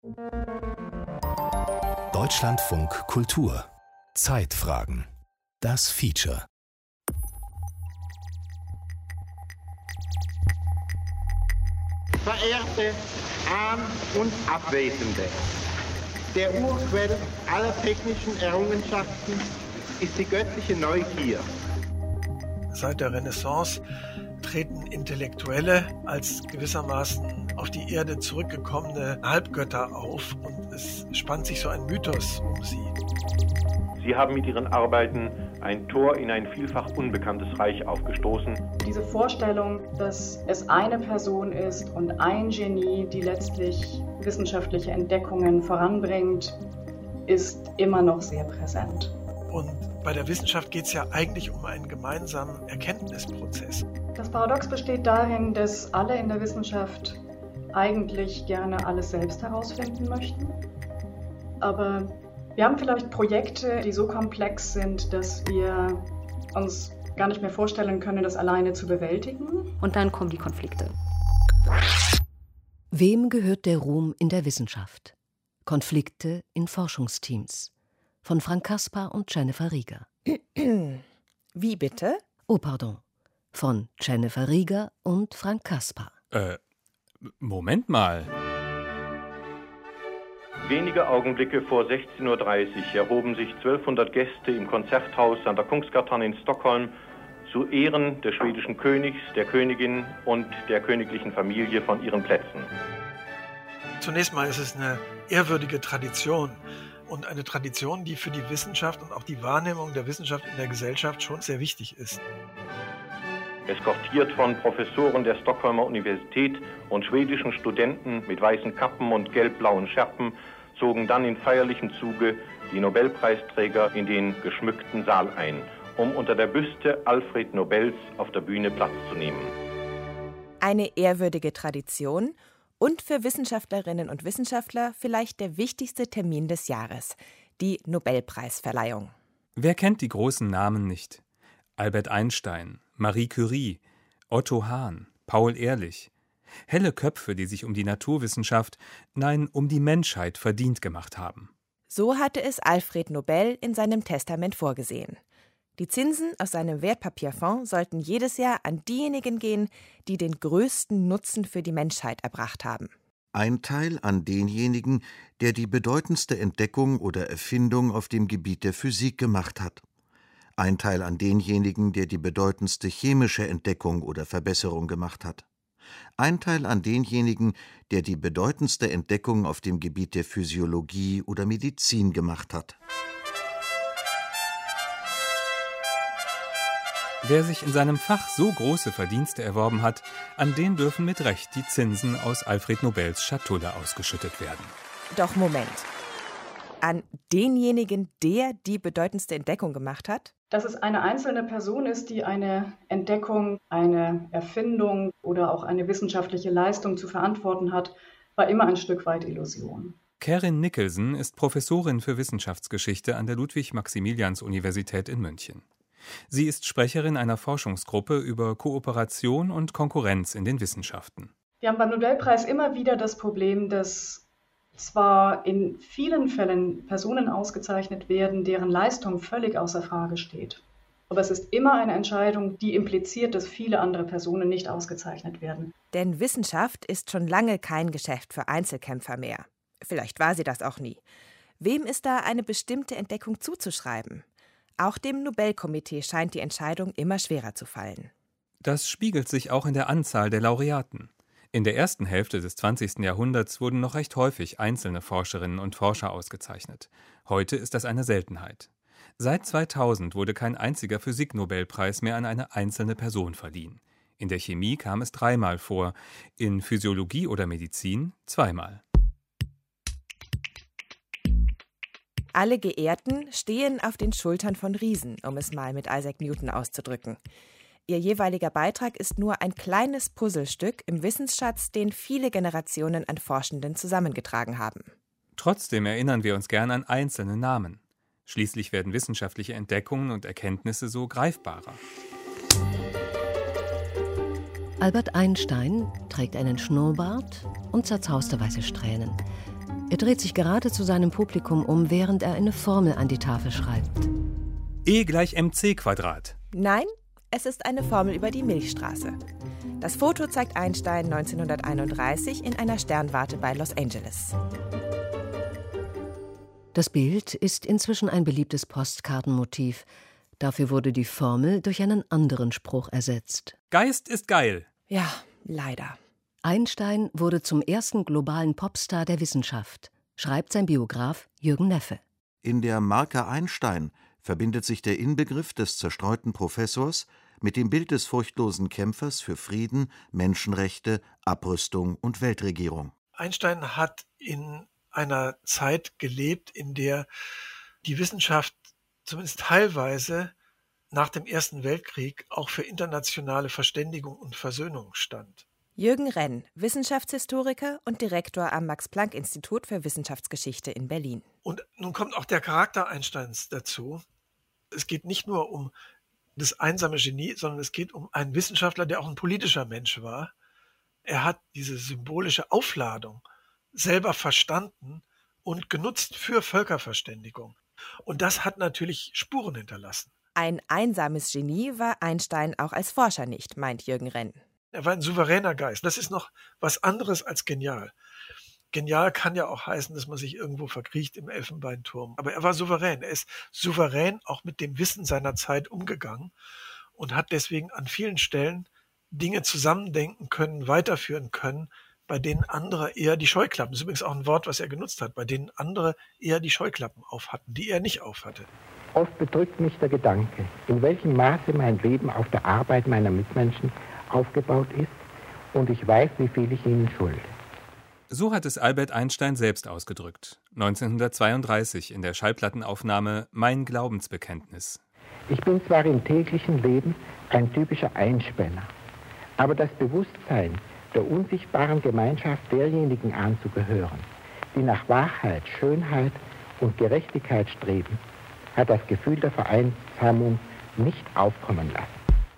Deutschlandfunk Kultur. Zeitfragen. Das Feature. Verehrte Ahn- und Abwesende, der Urquell aller technischen Errungenschaften ist die göttliche Neugier. Seit der Renaissance treten Intellektuelle als gewissermaßen auf die Erde zurückgekommene Halbgötter auf und es spannt sich so ein Mythos um sie. Sie haben mit ihren Arbeiten ein Tor in ein vielfach unbekanntes Reich aufgestoßen. Diese Vorstellung, dass es eine Person ist und ein Genie, die letztlich wissenschaftliche Entdeckungen voranbringt, ist immer noch sehr präsent. Und bei der Wissenschaft geht es ja eigentlich um einen gemeinsamen Erkenntnisprozess. Das Paradox besteht darin, dass alle in der Wissenschaft eigentlich gerne alles selbst herausfinden möchten. Aber wir haben vielleicht Projekte, die so komplex sind, dass wir uns gar nicht mehr vorstellen können, das alleine zu bewältigen. Und dann kommen die Konflikte. Wem gehört der Ruhm in der Wissenschaft? Konflikte in Forschungsteams. Von Frank Caspar und Jennifer Rieger. Wie bitte? Oh, pardon. Von Jennifer Rieger und Frank Caspar. Moment mal. Wenige Augenblicke vor 16:30 Uhr erhoben sich 1200 Gäste im Konzerthaus an der Kungsgatan in Stockholm zu Ehren des schwedischen Königs, der Königin und der königlichen Familie von ihren Plätzen. Zunächst mal ist es eine ehrwürdige Tradition und eine Tradition, die für die Wissenschaft und auch die Wahrnehmung der Wissenschaft in der Gesellschaft schon sehr wichtig ist. Eskortiert von Professoren der Stockholmer Universität und schwedischen Studenten mit weißen Kappen und gelb-blauen Schärpen zogen dann in feierlichem Zuge die Nobelpreisträger in den geschmückten Saal ein, um unter der Büste Alfred Nobels auf der Bühne Platz zu nehmen. Eine ehrwürdige Tradition und für Wissenschaftlerinnen und Wissenschaftler vielleicht der wichtigste Termin des Jahres, die Nobelpreisverleihung. Wer kennt die großen Namen nicht? Albert Einstein, Marie Curie, Otto Hahn, Paul Ehrlich. Helle Köpfe, die sich um die Naturwissenschaft, nein, um die Menschheit verdient gemacht haben. So hatte es Alfred Nobel in seinem Testament vorgesehen. Die Zinsen aus seinem Wertpapierfonds sollten jedes Jahr an diejenigen gehen, die den größten Nutzen für die Menschheit erbracht haben. Ein Teil an denjenigen, der die bedeutendste Entdeckung oder Erfindung auf dem Gebiet der Physik gemacht hat. Ein Teil an denjenigen, der die bedeutendste chemische Entdeckung oder Verbesserung gemacht hat. Ein Teil an denjenigen, der die bedeutendste Entdeckung auf dem Gebiet der Physiologie oder Medizin gemacht hat. Wer sich in seinem Fach so große Verdienste erworben hat, an den dürfen mit Recht die Zinsen aus Alfred Nobels Schatulle ausgeschüttet werden. Doch Moment. An denjenigen, der die bedeutendste Entdeckung gemacht hat? Dass es eine einzelne Person ist, die eine Entdeckung, eine Erfindung oder auch eine wissenschaftliche Leistung zu verantworten hat, war immer ein Stück weit Illusion. Karin Nicholson ist Professorin für Wissenschaftsgeschichte an der Ludwig-Maximilians-Universität in München. Sie ist Sprecherin einer Forschungsgruppe über Kooperation und Konkurrenz in den Wissenschaften. Wir haben beim Nobelpreis immer wieder das Problem, dass zwar in vielen Fällen Personen ausgezeichnet werden, deren Leistung völlig außer Frage steht. Aber es ist immer eine Entscheidung, die impliziert, dass viele andere Personen nicht ausgezeichnet werden. Denn Wissenschaft ist schon lange kein Geschäft für Einzelkämpfer mehr. Vielleicht war sie das auch nie. Wem ist da eine bestimmte Entdeckung zuzuschreiben? Auch dem Nobelkomitee scheint die Entscheidung immer schwerer zu fallen. Das spiegelt sich auch in der Anzahl der Laureaten. In der ersten Hälfte des 20. Jahrhunderts wurden noch recht häufig einzelne Forscherinnen und Forscher ausgezeichnet. Heute ist das eine Seltenheit. Seit 2000 wurde kein einziger Physik-Nobelpreis mehr an eine einzelne Person verliehen. In der Chemie kam es 3-mal vor, in Physiologie oder Medizin 2-mal. Alle Geehrten stehen auf den Schultern von Riesen, um es mal mit Isaac Newton auszudrücken. Ihr jeweiliger Beitrag ist nur ein kleines Puzzlestück im Wissensschatz, den viele Generationen an Forschenden zusammengetragen haben. Trotzdem erinnern wir uns gern an einzelne Namen. Schließlich werden wissenschaftliche Entdeckungen und Erkenntnisse so greifbarer. Albert Einstein trägt einen Schnurrbart und zerzauste weiße Strähnen. Er dreht sich gerade zu seinem Publikum um, während er eine Formel an die Tafel schreibt. E = mc². Nein, es ist eine Formel über die Milchstraße. Das Foto zeigt Einstein 1931 in einer Sternwarte bei Los Angeles. Das Bild ist inzwischen ein beliebtes Postkartenmotiv. Dafür wurde die Formel durch einen anderen Spruch ersetzt. Geist ist geil. Ja, leider. Einstein wurde zum ersten globalen Popstar der Wissenschaft, schreibt sein Biograf Jürgen Neffe. In der Marke Einstein verbindet sich der Inbegriff des zerstreuten Professors mit dem Bild des furchtlosen Kämpfers für Frieden, Menschenrechte, Abrüstung und Weltregierung. Einstein hat in einer Zeit gelebt, in der die Wissenschaft zumindest teilweise nach dem Ersten Weltkrieg auch für internationale Verständigung und Versöhnung stand. Jürgen Renn, Wissenschaftshistoriker und Direktor am Max-Planck-Institut für Wissenschaftsgeschichte in Berlin. Und nun kommt auch der Charakter Einsteins dazu. Es geht nicht nur um das einsame Genie, sondern es geht um einen Wissenschaftler, der auch ein politischer Mensch war. Er hat diese symbolische Aufladung selber verstanden und genutzt für Völkerverständigung. Und das hat natürlich Spuren hinterlassen. Ein einsames Genie war Einstein auch als Forscher nicht, meint Jürgen Renn. Er war ein souveräner Geist. Das ist noch was anderes als genial. Genial kann ja auch heißen, dass man sich irgendwo verkriecht im Elfenbeinturm. Aber er war souverän. Er ist souverän auch mit dem Wissen seiner Zeit umgegangen und hat deswegen an vielen Stellen Dinge zusammendenken können, weiterführen können, bei denen andere eher die Scheuklappen, das ist übrigens auch ein Wort, was er genutzt hat, bei denen andere eher die Scheuklappen aufhatten, die er nicht aufhatte. Oft bedrückt mich der Gedanke, in welchem Maße mein Leben auf der Arbeit meiner Mitmenschen aufgebaut ist, und ich weiß, wie viel ich ihnen schulde. So hat es Albert Einstein selbst ausgedrückt, 1932 in der Schallplattenaufnahme »Mein Glaubensbekenntnis«. Ich bin zwar im täglichen Leben ein typischer Einspänner, aber das Bewusstsein, der unsichtbaren Gemeinschaft derjenigen anzugehören, die nach Wahrheit, Schönheit und Gerechtigkeit streben, hat das Gefühl der Vereinsamung nicht aufkommen lassen.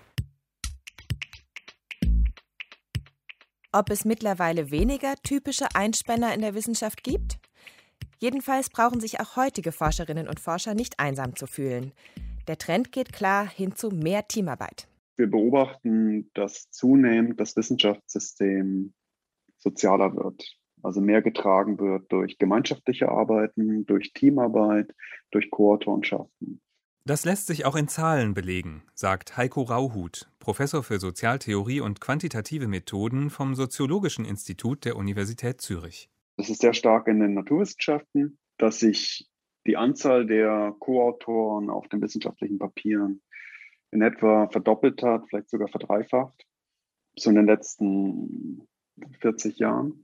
Ob es mittlerweile weniger typische Einspänner in der Wissenschaft gibt? Jedenfalls brauchen sich auch heutige Forscherinnen und Forscher nicht einsam zu fühlen. Der Trend geht klar hin zu mehr Teamarbeit. Wir beobachten, dass zunehmend das Wissenschaftssystem sozialer wird, also mehr getragen wird durch gemeinschaftliche Arbeiten, durch Teamarbeit, durch Koautorenschaften. Das lässt sich auch in Zahlen belegen, sagt Heiko Rauhut, Professor für Sozialtheorie und quantitative Methoden vom Soziologischen Institut der Universität Zürich. Es ist sehr stark in den Naturwissenschaften, dass sich die Anzahl der Koautoren auf den wissenschaftlichen Papieren in etwa verdoppelt hat, vielleicht sogar verdreifacht, so in den letzten 40 Jahren.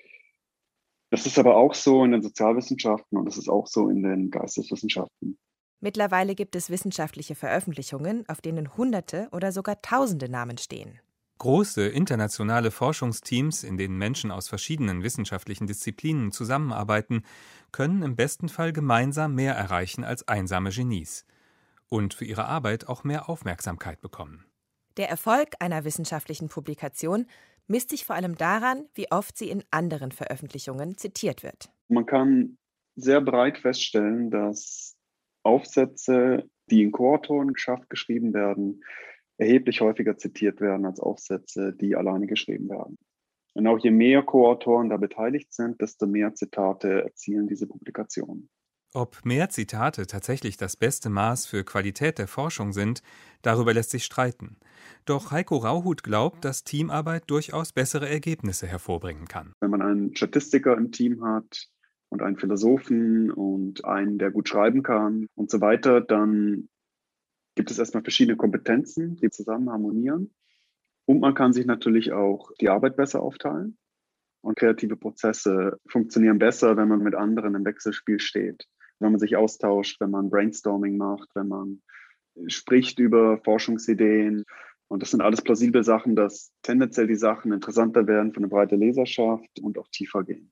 Das ist aber auch so in den Sozialwissenschaften und das ist auch so in den Geisteswissenschaften. Mittlerweile gibt es wissenschaftliche Veröffentlichungen, auf denen Hunderte oder sogar Tausende Namen stehen. Große internationale Forschungsteams, in denen Menschen aus verschiedenen wissenschaftlichen Disziplinen zusammenarbeiten, können im besten Fall gemeinsam mehr erreichen als einsame Genies und für ihre Arbeit auch mehr Aufmerksamkeit bekommen. Der Erfolg einer wissenschaftlichen Publikation misst sich vor allem daran, wie oft sie in anderen Veröffentlichungen zitiert wird. Man kann sehr breit feststellen, dass Aufsätze, die in Koautorenschaft geschrieben werden, erheblich häufiger zitiert werden als Aufsätze, die alleine geschrieben werden. Und auch je mehr Koautoren da beteiligt sind, desto mehr Zitate erzielen diese Publikationen. Ob mehr Zitate tatsächlich das beste Maß für Qualität der Forschung sind, darüber lässt sich streiten. Doch Heiko Rauhut glaubt, dass Teamarbeit durchaus bessere Ergebnisse hervorbringen kann. Wenn man einen Statistiker im Team hat und einen Philosophen und einen, der gut schreiben kann und so weiter, dann gibt es erstmal verschiedene Kompetenzen, die zusammen harmonieren. Und man kann sich natürlich auch die Arbeit besser aufteilen. Und kreative Prozesse funktionieren besser, wenn man mit anderen im Wechselspiel steht. Wenn man sich austauscht, wenn man Brainstorming macht, wenn man spricht über Forschungsideen. Und das sind alles plausible Sachen, dass tendenziell die Sachen interessanter werden für eine breite Leserschaft und auch tiefer gehen.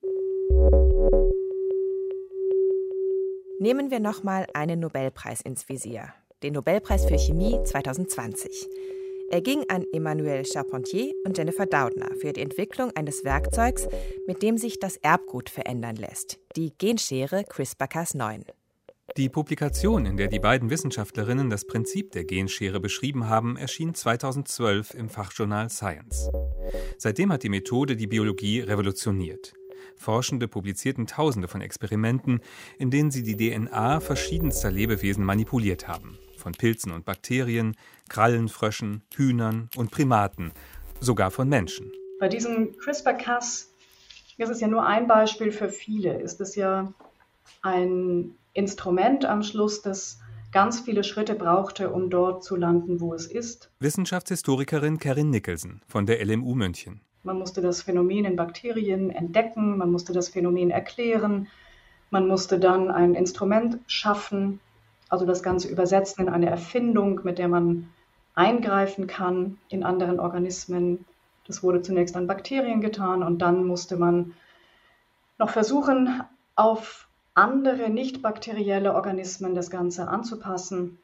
Nehmen wir nochmal einen Nobelpreis ins Visier. Den Nobelpreis für Chemie 2020. Er ging an Emmanuel Charpentier und Jennifer Doudna für die Entwicklung eines Werkzeugs, mit dem sich das Erbgut verändern lässt, die Genschere CRISPR-Cas9. Die Publikation, in der die beiden Wissenschaftlerinnen das Prinzip der Genschere beschrieben haben, erschien 2012 im Fachjournal Science. Seitdem hat die Methode die Biologie revolutioniert. Forschende publizierten Tausende von Experimenten, in denen sie die DNA verschiedenster Lebewesen manipuliert haben. Von Pilzen und Bakterien, Krallenfröschen, Hühnern und Primaten, sogar von Menschen. Bei diesem CRISPR-Cas, das ist ja nur ein Beispiel für viele, ist es ja ein Instrument am Schluss, das ganz viele Schritte brauchte, um dort zu landen, wo es ist. Wissenschaftshistorikerin Karin Nicholson von der LMU München. Man musste das Phänomen in Bakterien entdecken, man musste das Phänomen erklären, man musste dann ein Instrument schaffen, also das Ganze übersetzen in eine Erfindung, mit der man eingreifen kann in anderen Organismen. Das wurde zunächst an Bakterien getan und dann musste man noch versuchen, auf andere nicht bakterielle Organismen das Ganze anzupassen.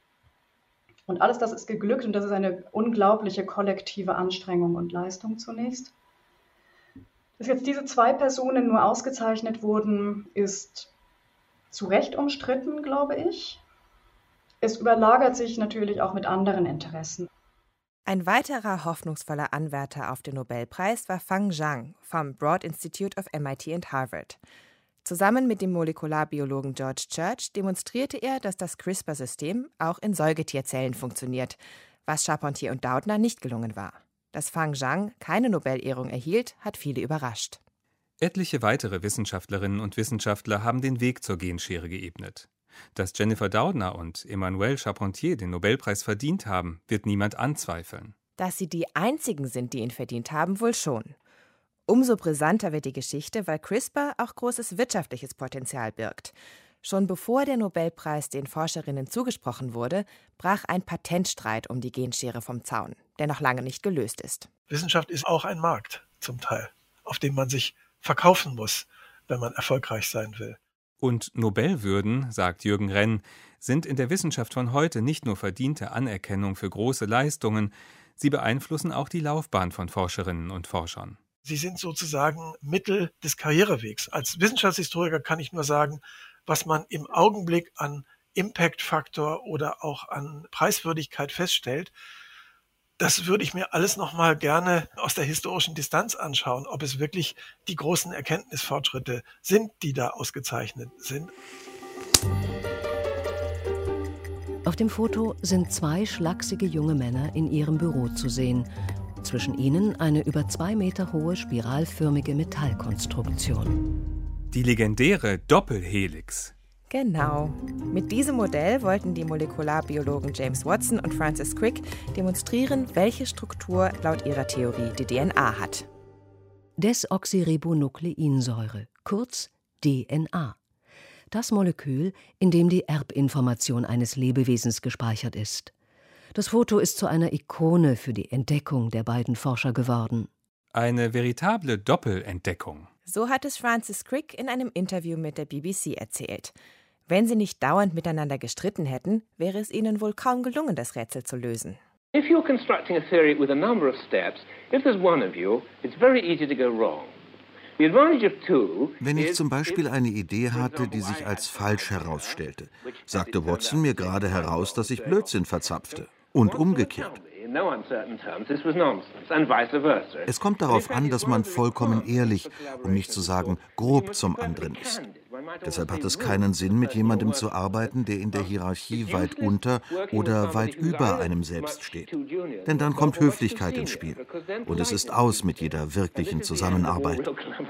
Und alles das ist geglückt und das ist eine unglaubliche kollektive Anstrengung und Leistung zunächst. Dass jetzt diese zwei Personen nur ausgezeichnet wurden, ist zu Recht umstritten, glaube ich. Es überlagert sich natürlich auch mit anderen Interessen. Ein weiterer hoffnungsvoller Anwärter auf den Nobelpreis war Fang Zhang vom Broad Institute of MIT und Harvard. Zusammen mit dem Molekularbiologen George Church demonstrierte er, dass das CRISPR-System auch in Säugetierzellen funktioniert, was Charpentier und Doudna nicht gelungen war. Dass Fang Zhang keine Nobelehrung erhielt, hat viele überrascht. Etliche weitere Wissenschaftlerinnen und Wissenschaftler haben den Weg zur Genschere geebnet. Dass Jennifer Doudna und Emmanuel Charpentier den Nobelpreis verdient haben, wird niemand anzweifeln. Dass sie die einzigen sind, die ihn verdient haben, wohl schon. Umso brisanter wird die Geschichte, weil CRISPR auch großes wirtschaftliches Potenzial birgt. Schon bevor der Nobelpreis den Forscherinnen zugesprochen wurde, brach ein Patentstreit um die Genschere vom Zaun, der noch lange nicht gelöst ist. Wissenschaft ist auch ein Markt, zum Teil, auf dem man sich verkaufen muss, wenn man erfolgreich sein will. Und Nobelwürden, sagt Jürgen Renn, sind in der Wissenschaft von heute nicht nur verdiente Anerkennung für große Leistungen, sie beeinflussen auch die Laufbahn von Forscherinnen und Forschern. Sie sind sozusagen Mittel des Karrierewegs. Als Wissenschaftshistoriker kann ich nur sagen, was man im Augenblick an Impact-Faktor oder auch an Preiswürdigkeit feststellt, das würde ich mir alles nochmal gerne aus der historischen Distanz anschauen, ob es wirklich die großen Erkenntnisfortschritte sind, die da ausgezeichnet sind. Auf dem Foto sind zwei schlachsige junge Männer in ihrem Büro zu sehen. Zwischen ihnen eine über 2 Meter hohe spiralförmige Metallkonstruktion. Die legendäre Doppelhelix. Genau. Mit diesem Modell wollten die Molekularbiologen James Watson und Francis Crick demonstrieren, welche Struktur laut ihrer Theorie die DNA hat. Desoxyribonukleinsäure, kurz DNA. Das Molekül, in dem die Erbinformation eines Lebewesens gespeichert ist. Das Foto ist zu einer Ikone für die Entdeckung der beiden Forscher geworden. Eine veritable Doppelentdeckung. So hat es Francis Crick in einem Interview mit der BBC erzählt. Wenn sie nicht dauernd miteinander gestritten hätten, wäre es ihnen wohl kaum gelungen, das Rätsel zu lösen. If you're constructing a theory with a number of steps, if there's one of you, it's very easy to go wrong. Wenn ich zum Beispiel eine Idee hatte, die sich als falsch herausstellte, sagte Watson mir gerade heraus, dass ich Blödsinn verzapfte. Und umgekehrt. Es kommt darauf an, dass man vollkommen ehrlich, um nicht zu sagen grob zum anderen ist. Deshalb hat es keinen Sinn, mit jemandem zu arbeiten, der in der Hierarchie weit unter oder weit über einem selbst steht. Denn dann kommt Höflichkeit ins Spiel. Und es ist aus mit jeder wirklichen Zusammenarbeit.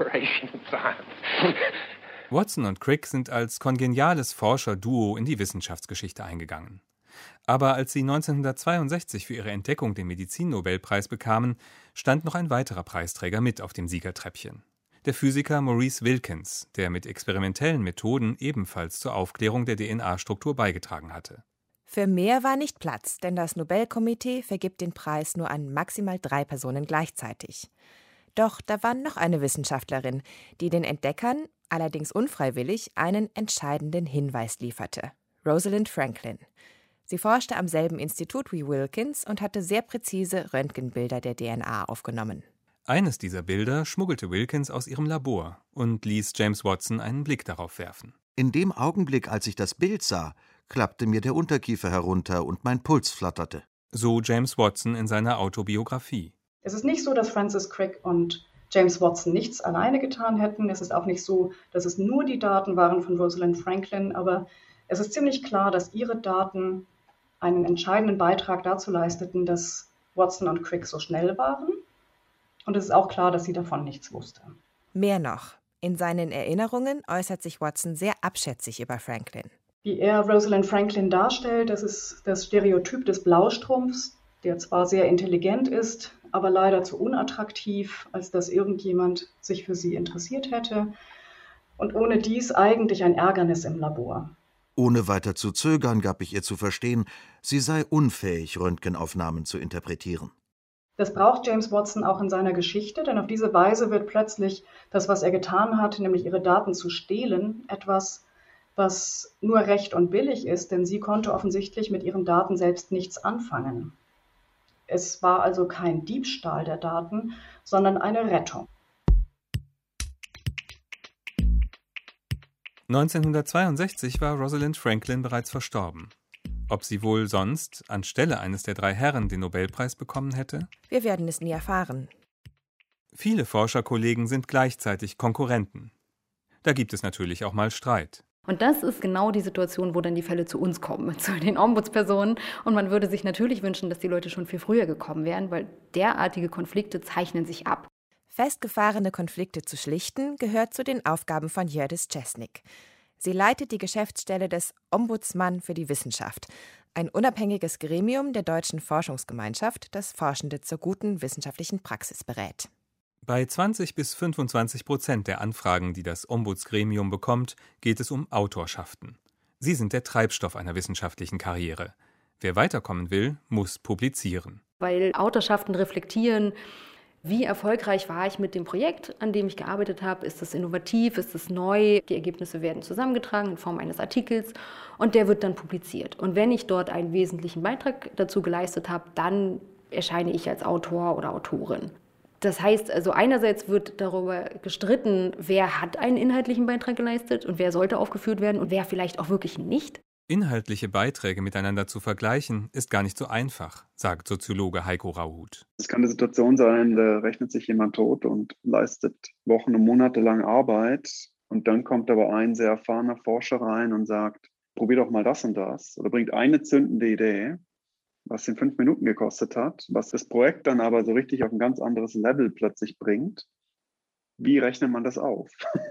Watson und Crick sind als kongeniales Forscherduo in die Wissenschaftsgeschichte eingegangen. Aber als sie 1962 für ihre Entdeckung den Medizinnobelpreis bekamen, stand noch ein weiterer Preisträger mit auf dem Siegertreppchen. Der Physiker Maurice Wilkins, der mit experimentellen Methoden ebenfalls zur Aufklärung der DNA-Struktur beigetragen hatte. Für mehr war nicht Platz, denn das Nobelkomitee vergibt den Preis nur an maximal 3 Personen gleichzeitig. Doch da war noch eine Wissenschaftlerin, die den Entdeckern, allerdings unfreiwillig, einen entscheidenden Hinweis lieferte: Rosalind Franklin. Sie forschte am selben Institut wie Wilkins und hatte sehr präzise Röntgenbilder der DNA aufgenommen. Eines dieser Bilder schmuggelte Wilkins aus ihrem Labor und ließ James Watson einen Blick darauf werfen. In dem Augenblick, als ich das Bild sah, klappte mir der Unterkiefer herunter und mein Puls flatterte. So James Watson in seiner Autobiografie. Es ist nicht so, dass Francis Crick und James Watson nichts alleine getan hätten. Es ist auch nicht so, dass es nur die Daten waren von Rosalind Franklin, aber es ist ziemlich klar, dass ihre Daten einen entscheidenden Beitrag dazu leisteten, dass Watson und Crick so schnell waren. Und es ist auch klar, dass sie davon nichts wusste. Mehr noch. In seinen Erinnerungen äußert sich Watson sehr abschätzig über Franklin. Wie er Rosalind Franklin darstellt, das ist das Stereotyp des Blaustrumpfs, der zwar sehr intelligent ist, aber leider zu unattraktiv, als dass irgendjemand sich für sie interessiert hätte. Und ohne dies eigentlich ein Ärgernis im Labor. Ohne weiter zu zögern gab ich ihr zu verstehen, sie sei unfähig, Röntgenaufnahmen zu interpretieren. Das braucht James Watson auch in seiner Geschichte, denn auf diese Weise wird plötzlich das, was er getan hat, nämlich ihre Daten zu stehlen, etwas, was nur recht und billig ist, denn sie konnte offensichtlich mit ihren Daten selbst nichts anfangen. Es war also kein Diebstahl der Daten, sondern eine Rettung. 1962 war Rosalind Franklin bereits verstorben. Ob sie wohl sonst anstelle eines der 3 Herren den Nobelpreis bekommen hätte? Wir werden es nie erfahren. Viele Forscherkollegen sind gleichzeitig Konkurrenten. Da gibt es natürlich auch mal Streit. Und das ist genau die Situation, wo dann die Fälle zu uns kommen, zu den Ombudspersonen. Und man würde sich natürlich wünschen, dass die Leute schon viel früher gekommen wären, weil derartige Konflikte zeichnen sich ab. Festgefahrene Konflikte zu schlichten, gehört zu den Aufgaben von Hjördis Česnik. Sie leitet die Geschäftsstelle des Ombudsmann für die Wissenschaft, ein unabhängiges Gremium der Deutschen Forschungsgemeinschaft, das Forschende zur guten wissenschaftlichen Praxis berät. Bei 20-25% der Anfragen, die das Ombudsgremium bekommt, geht es um Autorschaften. Sie sind der Treibstoff einer wissenschaftlichen Karriere. Wer weiterkommen will, muss publizieren. Weil Autorschaften reflektieren, wie erfolgreich war ich mit dem Projekt, an dem ich gearbeitet habe? Ist es innovativ? Ist es neu? Die Ergebnisse werden zusammengetragen in Form eines Artikels und der wird dann publiziert. Und wenn ich dort einen wesentlichen Beitrag dazu geleistet habe, dann erscheine ich als Autor oder Autorin. Das heißt also, einerseits wird darüber gestritten, wer hat einen inhaltlichen Beitrag geleistet und wer sollte aufgeführt werden und wer vielleicht auch wirklich nicht. Inhaltliche Beiträge miteinander zu vergleichen, ist gar nicht so einfach, sagt Soziologe Heiko Rauhut. Es kann eine Situation sein, da rechnet sich jemand tot und leistet Wochen und Monate lang Arbeit und dann kommt aber ein sehr erfahrener Forscher rein und sagt, probier doch mal das und das oder bringt eine zündende Idee, was ihn 5 Minuten gekostet hat, was das Projekt dann aber so richtig auf ein ganz anderes Level plötzlich bringt. Wie rechnet man das auf?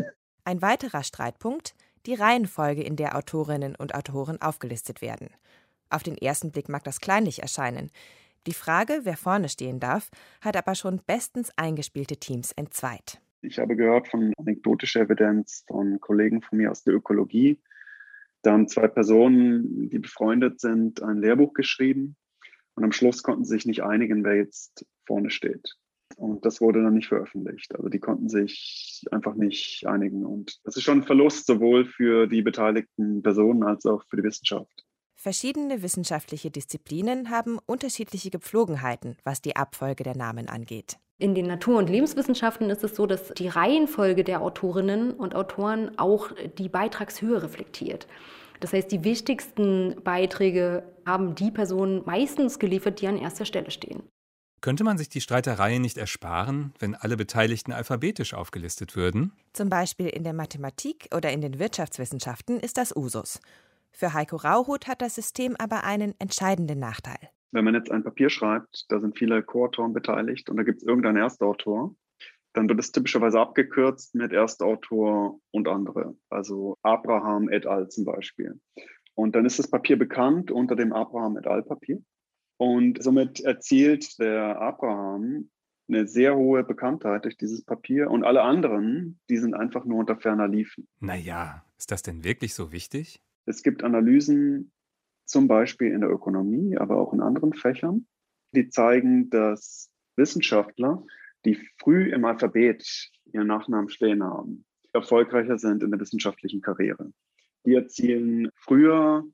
Ein weiterer Streitpunkt: die Reihenfolge, in der Autorinnen und Autoren aufgelistet werden. Auf den ersten Blick mag das kleinlich erscheinen. Die Frage, wer vorne stehen darf, hat aber schon bestens eingespielte Teams entzweit. Ich habe gehört von anekdotischer Evidenz von Kollegen von mir aus der Ökologie. Da haben 2 Personen, die befreundet sind, ein Lehrbuch geschrieben und am Schluss konnten sie sich nicht einigen, wer jetzt vorne steht. Und das wurde dann nicht veröffentlicht. Also die konnten sich einfach nicht einigen. Und das ist schon ein Verlust, sowohl für die beteiligten Personen als auch für die Wissenschaft. Verschiedene wissenschaftliche Disziplinen haben unterschiedliche Gepflogenheiten, was die Abfolge der Namen angeht. In den Natur- und Lebenswissenschaften ist es so, dass die Reihenfolge der Autorinnen und Autoren auch die Beitragshöhe reflektiert. Das heißt, die wichtigsten Beiträge haben die Personen meistens geliefert, die an erster Stelle stehen. Könnte man sich die Streitereien nicht ersparen, wenn alle Beteiligten alphabetisch aufgelistet würden? Zum Beispiel in der Mathematik oder in den Wirtschaftswissenschaften ist das Usus. Für Heiko Rauhut hat das System aber einen entscheidenden Nachteil. Wenn man jetzt ein Papier schreibt, da sind viele Co-Autoren beteiligt und da gibt es irgendeinen Erstautor, dann wird es typischerweise abgekürzt mit Erstautor und andere. Also Abraham et al. Zum Beispiel. Und dann ist das Papier bekannt unter dem Abraham et al. Papier. Und somit erzielt der Abraham eine sehr hohe Bekanntheit durch dieses Papier und alle anderen, die sind einfach nur unter ferner Liefen. Naja, ist das denn wirklich so wichtig? Es gibt Analysen, zum Beispiel in der Ökonomie, aber auch in anderen Fächern, die zeigen, dass Wissenschaftler, die früh im Alphabet ihren Nachnamen stehen haben, erfolgreicher sind in der wissenschaftlichen Karriere. Die erzielen früher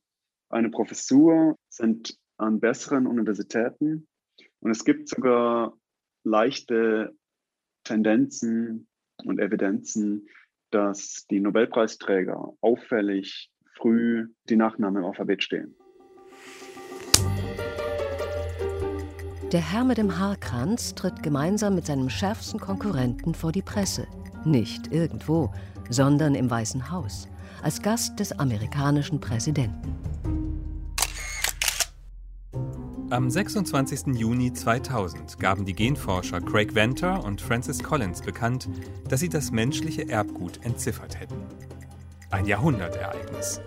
eine Professur sind an besseren Universitäten und es gibt sogar leichte Tendenzen und Evidenzen, dass die Nobelpreisträger auffällig früh die Nachnamen im Alphabet stehen. Der Herr mit dem Haarkranz tritt gemeinsam mit seinem schärfsten Konkurrenten vor die Presse. Nicht irgendwo, sondern im Weißen Haus, als Gast des amerikanischen Präsidenten. Am 26. Juni 2000 gaben die Genforscher Craig Venter und Francis Collins bekannt, dass sie das menschliche Erbgut entziffert hätten. Ein Jahrhundertereignis.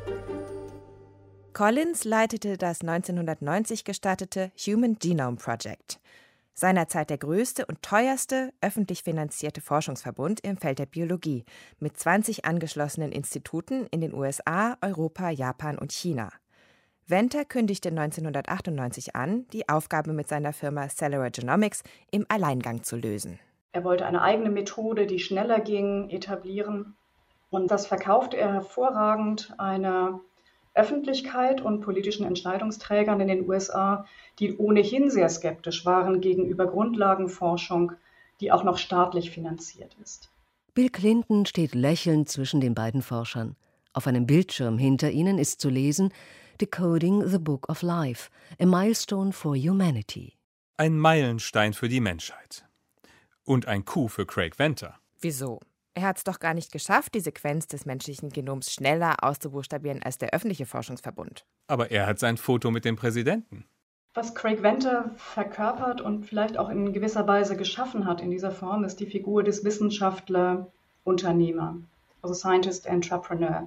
Collins leitete das 1990 gestartete Human Genome Project, seinerzeit der größte und teuerste öffentlich finanzierte Forschungsverbund im Feld der Biologie, mit 20 angeschlossenen Instituten in den USA, Europa, Japan und China. Venter kündigte 1998 an, die Aufgabe mit seiner Firma Cellular Genomics im Alleingang zu lösen. Er wollte eine eigene Methode, die schneller ging, etablieren. Und das verkaufte er hervorragend einer Öffentlichkeit und politischen Entscheidungsträgern in den USA, die ohnehin sehr skeptisch waren gegenüber Grundlagenforschung, die auch noch staatlich finanziert ist. Bill Clinton steht lächelnd zwischen den beiden Forschern. Auf einem Bildschirm hinter ihnen ist zu lesen: Decoding the Book of Life, a milestone for humanity. Ein Meilenstein für die Menschheit. Und ein Coup für Craig Venter. Wieso? Er hat es doch gar nicht geschafft, die Sequenz des menschlichen Genoms schneller auszubuchstabieren als der öffentliche Forschungsverbund. Aber er hat sein Foto mit dem Präsidenten. Was Craig Venter verkörpert und vielleicht auch in gewisser Weise geschaffen hat in dieser Form, ist die Figur des Wissenschaftler-Unternehmer, also Scientist-Entrepreneur,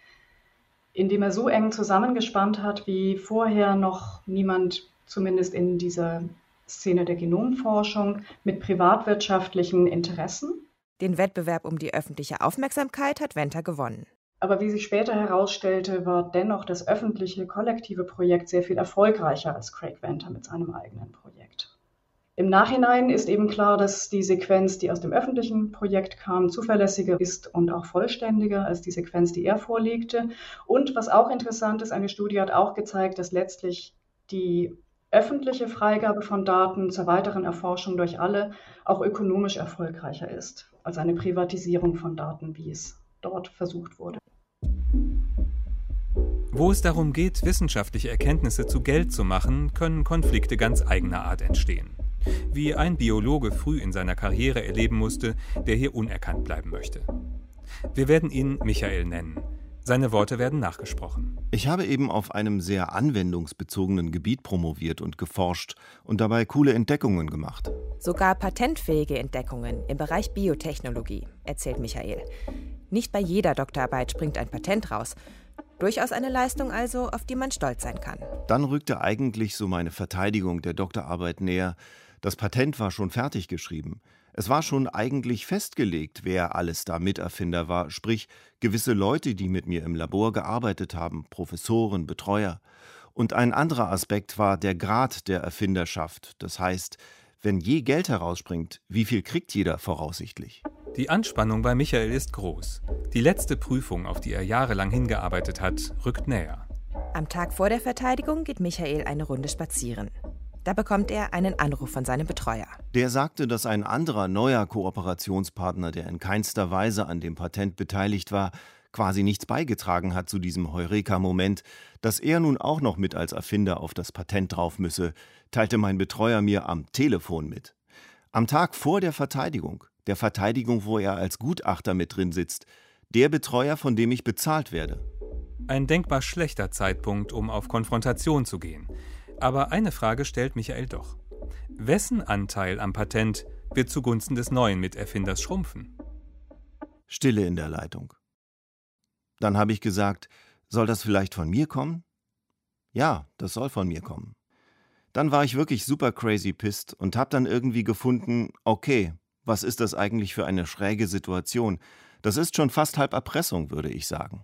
indem er so eng zusammengespannt hat, wie vorher noch niemand, zumindest in dieser Szene der Genomforschung, mit privatwirtschaftlichen Interessen. Den Wettbewerb um die öffentliche Aufmerksamkeit hat Venter gewonnen. Aber wie sich später herausstellte, war dennoch das öffentliche, kollektive Projekt sehr viel erfolgreicher als Craig Venter mit seinem eigenen Projekt. Im Nachhinein ist eben klar, dass die Sequenz, die aus dem öffentlichen Projekt kam, zuverlässiger ist und auch vollständiger als die Sequenz, die er vorlegte. Und was auch interessant ist, eine Studie hat auch gezeigt, dass letztlich die öffentliche Freigabe von Daten zur weiteren Erforschung durch alle auch ökonomisch erfolgreicher ist als eine Privatisierung von Daten, wie es dort versucht wurde. Wo es darum geht, wissenschaftliche Erkenntnisse zu Geld zu machen, können Konflikte ganz eigener Art entstehen. Wie ein Biologe früh in seiner Karriere erleben musste, der hier unerkannt bleiben möchte. Wir werden ihn Michael nennen. Seine Worte werden nachgesprochen. Ich habe eben auf einem sehr anwendungsbezogenen Gebiet promoviert und geforscht und dabei coole Entdeckungen gemacht. Sogar patentfähige Entdeckungen im Bereich Biotechnologie, erzählt Michael. Nicht bei jeder Doktorarbeit springt ein Patent raus. Durchaus eine Leistung also, auf die man stolz sein kann. Dann rückte eigentlich so meine Verteidigung der Doktorarbeit näher. Das Patent war schon fertig geschrieben. Es war schon eigentlich festgelegt, wer alles da Miterfinder war, sprich gewisse Leute, die mit mir im Labor gearbeitet haben, Professoren, Betreuer. Und ein anderer Aspekt war der Grad der Erfinderschaft. Das heißt, wenn je Geld herausspringt, wie viel kriegt jeder voraussichtlich? Die Anspannung bei Michael ist groß. Die letzte Prüfung, auf die er jahrelang hingearbeitet hat, rückt näher. Am Tag vor der Verteidigung geht Michael eine Runde spazieren. Da bekommt er einen Anruf von seinem Betreuer. Der sagte, dass ein anderer neuer Kooperationspartner, der in keinster Weise an dem Patent beteiligt war, quasi nichts beigetragen hat zu diesem Heureka-Moment, dass er nun auch noch mit als Erfinder auf das Patent drauf müsse, teilte mein Betreuer mir am Telefon mit. Am Tag vor der Verteidigung, wo er als Gutachter mit drin sitzt, der Betreuer, von dem ich bezahlt werde. Ein denkbar schlechter Zeitpunkt, um auf Konfrontation zu gehen. Aber eine Frage stellt Michael doch. Wessen Anteil am Patent wird zugunsten des neuen Miterfinders schrumpfen? Stille in der Leitung. Dann habe ich gesagt, soll das vielleicht von mir kommen? Ja, das soll von mir kommen. Dann war ich wirklich super crazy pissed und habe dann irgendwie gefunden, okay, was ist das eigentlich für eine schräge Situation? Das ist schon fast halb Erpressung, würde ich sagen.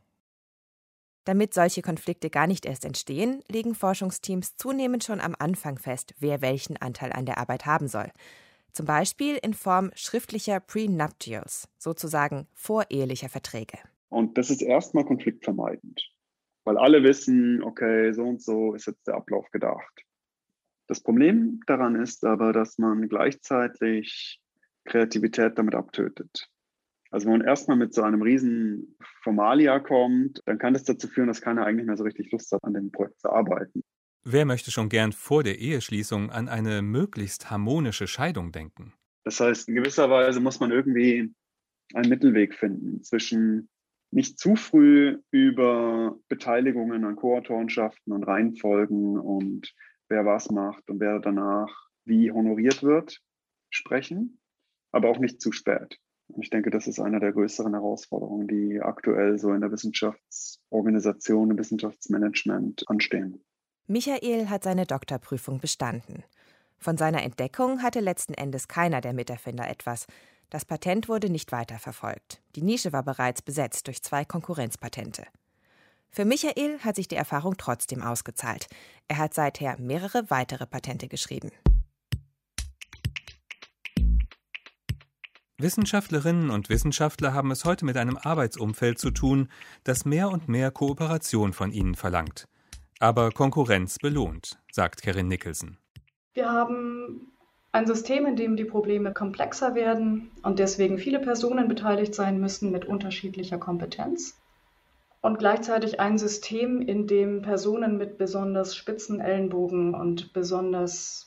Damit solche Konflikte gar nicht erst entstehen, legen Forschungsteams zunehmend schon am Anfang fest, wer welchen Anteil an der Arbeit haben soll. Zum Beispiel in Form schriftlicher Prenuptials, sozusagen vorehelicher Verträge. Und das ist erstmal konfliktvermeidend. weil alle wissen, okay, so und so ist jetzt der Ablauf gedacht. Das Problem daran ist aber, dass man gleichzeitig Kreativität damit abtötet. Also wenn man erstmal mit so einem riesen Formalia kommt, dann kann das dazu führen, dass keiner eigentlich mehr so richtig Lust hat, an dem Projekt zu arbeiten. Wer möchte schon gern vor der Eheschließung an eine möglichst harmonische Scheidung denken? Das heißt, in gewisser Weise muss man irgendwie einen Mittelweg finden zwischen nicht zu früh über Beteiligungen an Co-Autorenschaften und Reihenfolgen und wer was macht und wer danach wie honoriert wird, sprechen, aber auch nicht zu spät. Und ich denke, das ist eine der größeren Herausforderungen, die aktuell so in der Wissenschaftsorganisation, im Wissenschaftsmanagement anstehen. Michael hat seine Doktorprüfung bestanden. Von seiner Entdeckung hatte letzten Endes keiner der Miterfinder etwas. Das Patent wurde nicht weiterverfolgt. Die Nische war bereits besetzt durch 2 Konkurrenzpatente. Für Michael hat sich die Erfahrung trotzdem ausgezahlt. Er hat seither mehrere weitere Patente geschrieben. Wissenschaftlerinnen und Wissenschaftler haben es heute mit einem Arbeitsumfeld zu tun, das mehr und mehr Kooperation von ihnen verlangt. Aber Konkurrenz belohnt, sagt Karin Nicholson. Wir haben ein System, in dem die Probleme komplexer werden und deswegen viele Personen beteiligt sein müssen mit unterschiedlicher Kompetenz. Und gleichzeitig ein System, in dem Personen mit besonders spitzen Ellenbogen und besonders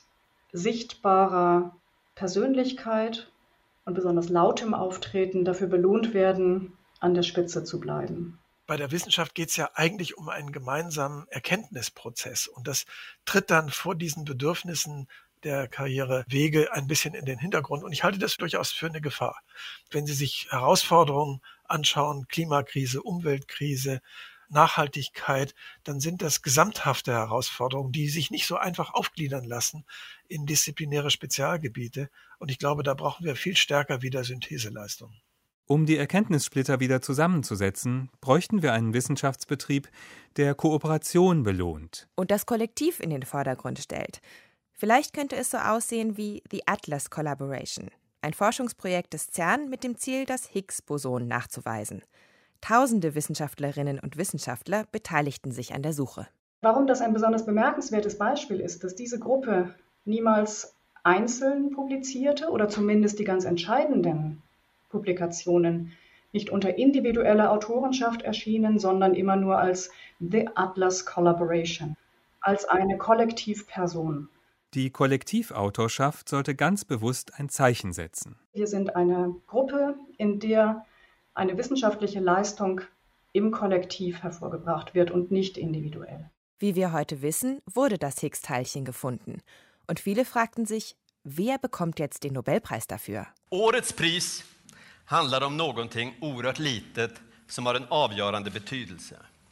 sichtbarer Persönlichkeit und besonders lautem Auftreten dafür belohnt werden, an der Spitze zu bleiben. Bei der Wissenschaft geht es ja eigentlich um einen gemeinsamen Erkenntnisprozess. Und das tritt dann vor diesen Bedürfnissen der Karrierewege ein bisschen in den Hintergrund. Und ich halte das durchaus für eine Gefahr. Wenn Sie sich Herausforderungen anschauen, Klimakrise, Umweltkrise, Nachhaltigkeit, dann sind das gesamthafte Herausforderungen, die sich nicht so einfach aufgliedern lassen in disziplinäre Spezialgebiete. Und ich glaube, da brauchen wir viel stärker wieder Syntheseleistungen. Um die Erkenntnissplitter wieder zusammenzusetzen, bräuchten wir einen Wissenschaftsbetrieb, der Kooperation belohnt. Und das Kollektiv in den Vordergrund stellt. Vielleicht könnte es so aussehen wie The Atlas Collaboration, ein Forschungsprojekt des CERN mit dem Ziel, das Higgs-Boson nachzuweisen. Tausende Wissenschaftlerinnen und Wissenschaftler beteiligten sich an der Suche. Warum das ein besonders bemerkenswertes Beispiel ist, dass diese Gruppe niemals einzeln publizierte oder zumindest die ganz entscheidenden Publikationen nicht unter individueller Autorenschaft erschienen, sondern immer nur als The Atlas Collaboration, als eine Kollektivperson. Die Kollektivautorschaft sollte ganz bewusst ein Zeichen setzen. Wir sind eine Gruppe, in der eine wissenschaftliche Leistung im Kollektiv hervorgebracht wird und nicht individuell. Wie wir heute wissen, wurde das Higgs-Teilchen gefunden. Und viele fragten sich, wer bekommt jetzt den Nobelpreis dafür? Årets Pris handlar om någonting oerhört litet som har en avgörande betydelse.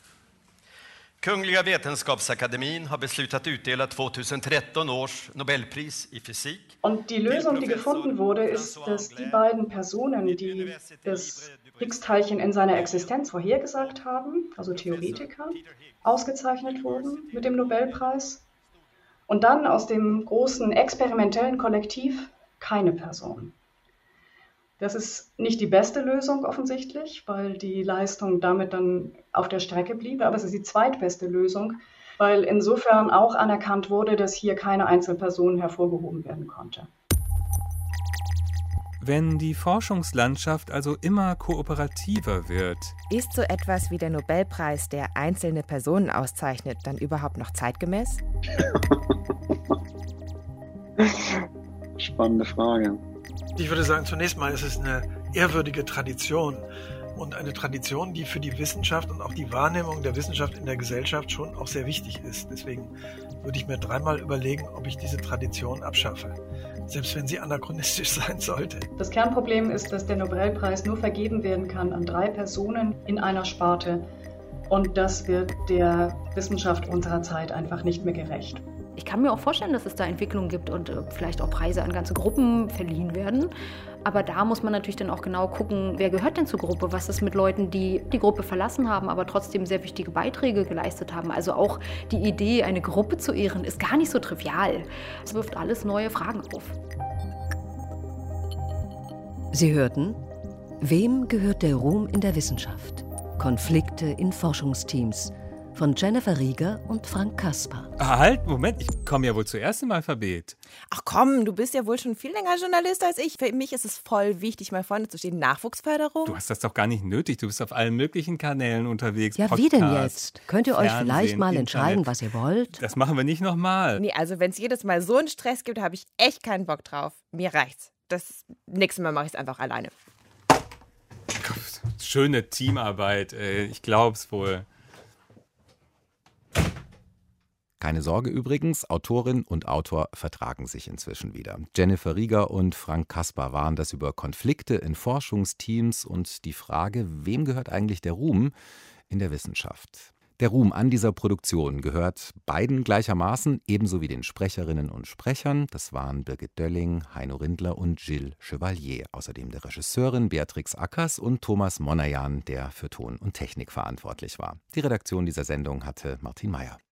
Kungliga Vetenskapsakademien har beslutat utdela 2013 års Nobelpris i fysik. Und die Lösung, die gefunden wurde, ist, dass die beiden Personen, die das Higgs-Teilchen in seiner Existenz vorhergesagt haben, also Theoretiker, ausgezeichnet wurden mit dem Nobelpreis. Und dann aus dem großen experimentellen Kollektiv keine Person. Das ist nicht die beste Lösung offensichtlich, weil die Leistung damit dann auf der Strecke blieb, aber es ist die zweitbeste Lösung, weil insofern auch anerkannt wurde, dass hier keine Einzelperson hervorgehoben werden konnte. Wenn die Forschungslandschaft also immer kooperativer wird, ist so etwas wie der Nobelpreis, der einzelne Personen auszeichnet, dann überhaupt noch zeitgemäß? Spannende Frage. Ich würde sagen, zunächst mal ist es eine ehrwürdige Tradition und eine Tradition, die für die Wissenschaft und auch die Wahrnehmung der Wissenschaft in der Gesellschaft schon auch sehr wichtig ist. Deswegen würde ich mir dreimal überlegen, ob ich diese Tradition abschaffe, selbst wenn sie anachronistisch sein sollte. Das Kernproblem ist, dass der Nobelpreis nur vergeben werden kann an 3 Personen in einer Sparte und das wird der Wissenschaft unserer Zeit einfach nicht mehr gerecht. Ich kann mir auch vorstellen, dass es da Entwicklungen gibt und vielleicht auch Preise an ganze Gruppen verliehen werden. Aber da muss man natürlich dann auch genau gucken, wer gehört denn zur Gruppe? Was ist mit Leuten, die die Gruppe verlassen haben, aber trotzdem sehr wichtige Beiträge geleistet haben? Also auch die Idee, eine Gruppe zu ehren, ist gar nicht so trivial. Es wirft alles neue Fragen auf. Sie hörten, wem gehört der Ruhm in der Wissenschaft? Konflikte in Forschungsteams von Jennifer Rieger und Frank Kasper. Halt, Moment, ich komme ja wohl zuerst im Alphabet. Ach komm, du bist ja wohl schon viel länger Journalist als ich. Für mich ist es voll wichtig, mal vorne zu stehen. Nachwuchsförderung. Du hast das doch gar nicht nötig. Du bist auf allen möglichen Kanälen unterwegs. Ja, Podcast, wie denn jetzt? Könnt ihr euch Fernsehen, vielleicht mal entscheiden, Internet. was ihr wollt? Das machen wir nicht nochmal. Nee, also wenn es jedes Mal so einen Stress gibt, habe ich echt keinen Bock drauf. Mir reicht's. Das nächste Mal mache ich es einfach alleine. Schöne Teamarbeit, ich glaub's wohl. Keine Sorge übrigens, Autorin und Autor vertragen sich inzwischen wieder. Jennifer Rieger und Frank Kasper waren das über Konflikte in Forschungsteams und die Frage, wem gehört eigentlich der Ruhm in der Wissenschaft? Der Ruhm an dieser Produktion gehört beiden gleichermaßen, ebenso wie den Sprecherinnen und Sprechern. Das waren Birgit Dölling, Heino Rindler und Gilles Chevalier. Außerdem der Regisseurin Beatrix Ackers und Thomas Monajan, der für Ton und Technik verantwortlich war. Die Redaktion dieser Sendung hatte Martin Mayer.